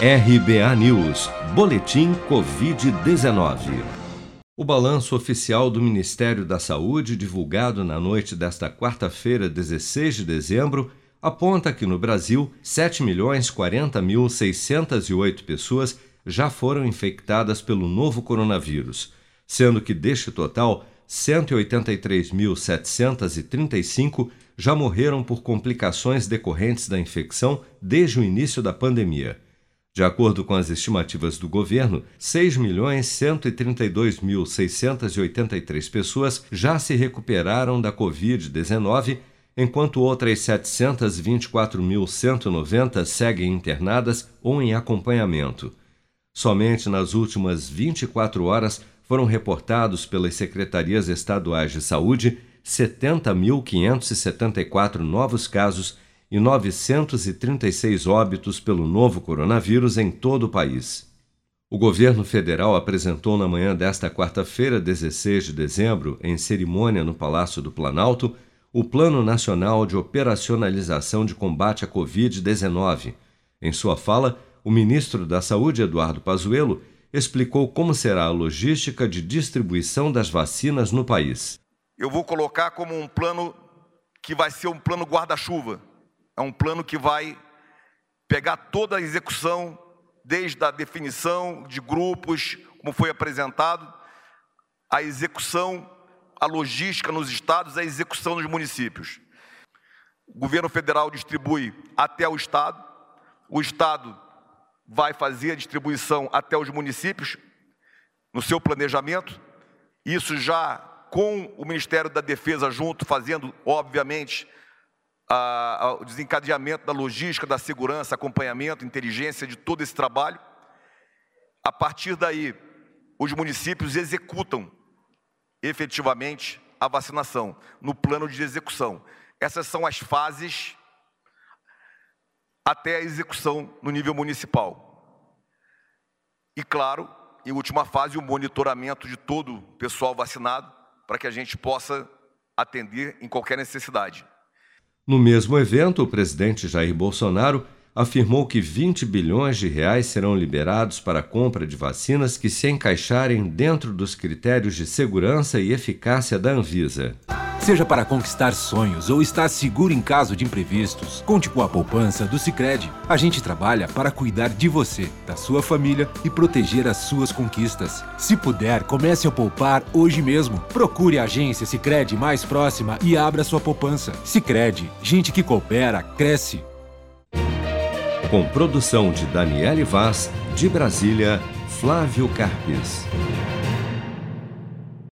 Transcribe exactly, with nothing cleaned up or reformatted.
R B A News, Boletim covid dezenove. O balanço oficial do Ministério da Saúde, divulgado na noite desta quarta-feira, dezesseis de dezembro, aponta que no Brasil, sete milhões quarenta mil seiscentas e oito pessoas já foram infectadas pelo novo coronavírus, sendo que deste total, cento e oitenta e três mil setecentas e trinta e cinco já morreram por complicações decorrentes da infecção desde o início da pandemia. De acordo com as estimativas do governo, seis milhões cento e trinta e dois mil seiscentas e oitenta e três pessoas já se recuperaram da covid dezenove, enquanto outras setecentas e vinte e quatro mil cento e noventa seguem internadas ou em acompanhamento. Somente nas últimas vinte e quatro horas foram reportados pelas secretarias estaduais de saúde setenta mil quinhentos e setenta e quatro novos casos e novecentos e trinta e seis óbitos pelo novo coronavírus em todo o país. O governo federal apresentou na manhã desta quarta-feira, dezesseis de dezembro, em cerimônia no Palácio do Planalto, o Plano Nacional de Operacionalização de Combate à covid dezenove. Em sua fala, o ministro da Saúde, Eduardo Pazuello, explicou como será a logística de distribuição das vacinas no país. Eu vou colocar como um plano que vai ser um plano guarda-chuva. É um plano que vai pegar toda a execução, desde a definição de grupos, como foi apresentado, a execução, a logística nos estados, a execução nos municípios. O governo federal distribui até o estado, o estado vai fazer a distribuição até os municípios, no seu planejamento, isso já com o Ministério da Defesa junto, fazendo, obviamente, a, a, o desencadeamento da logística, da segurança, acompanhamento, inteligência de todo esse trabalho. A partir daí, os municípios executam efetivamente a vacinação, no plano de execução. Essas são as fases até a execução no nível municipal. E, claro, em última fase, o monitoramento de todo o pessoal vacinado, para que a gente possa atender em qualquer necessidade. No mesmo evento, o presidente Jair Bolsonaro afirmou que vinte bilhões de reais serão liberados para a compra de vacinas que se encaixarem dentro dos critérios de segurança e eficácia da Anvisa. Seja para conquistar sonhos ou estar seguro em caso de imprevistos, conte com a poupança do Sicredi. A gente trabalha para cuidar de você, da sua família e proteger as suas conquistas. Se puder, comece a poupar hoje mesmo. Procure a agência Sicredi mais próxima e abra sua poupança. Sicredi, gente que coopera, cresce. Com produção de Daniele Vaz, de Brasília, Flávio Carpes.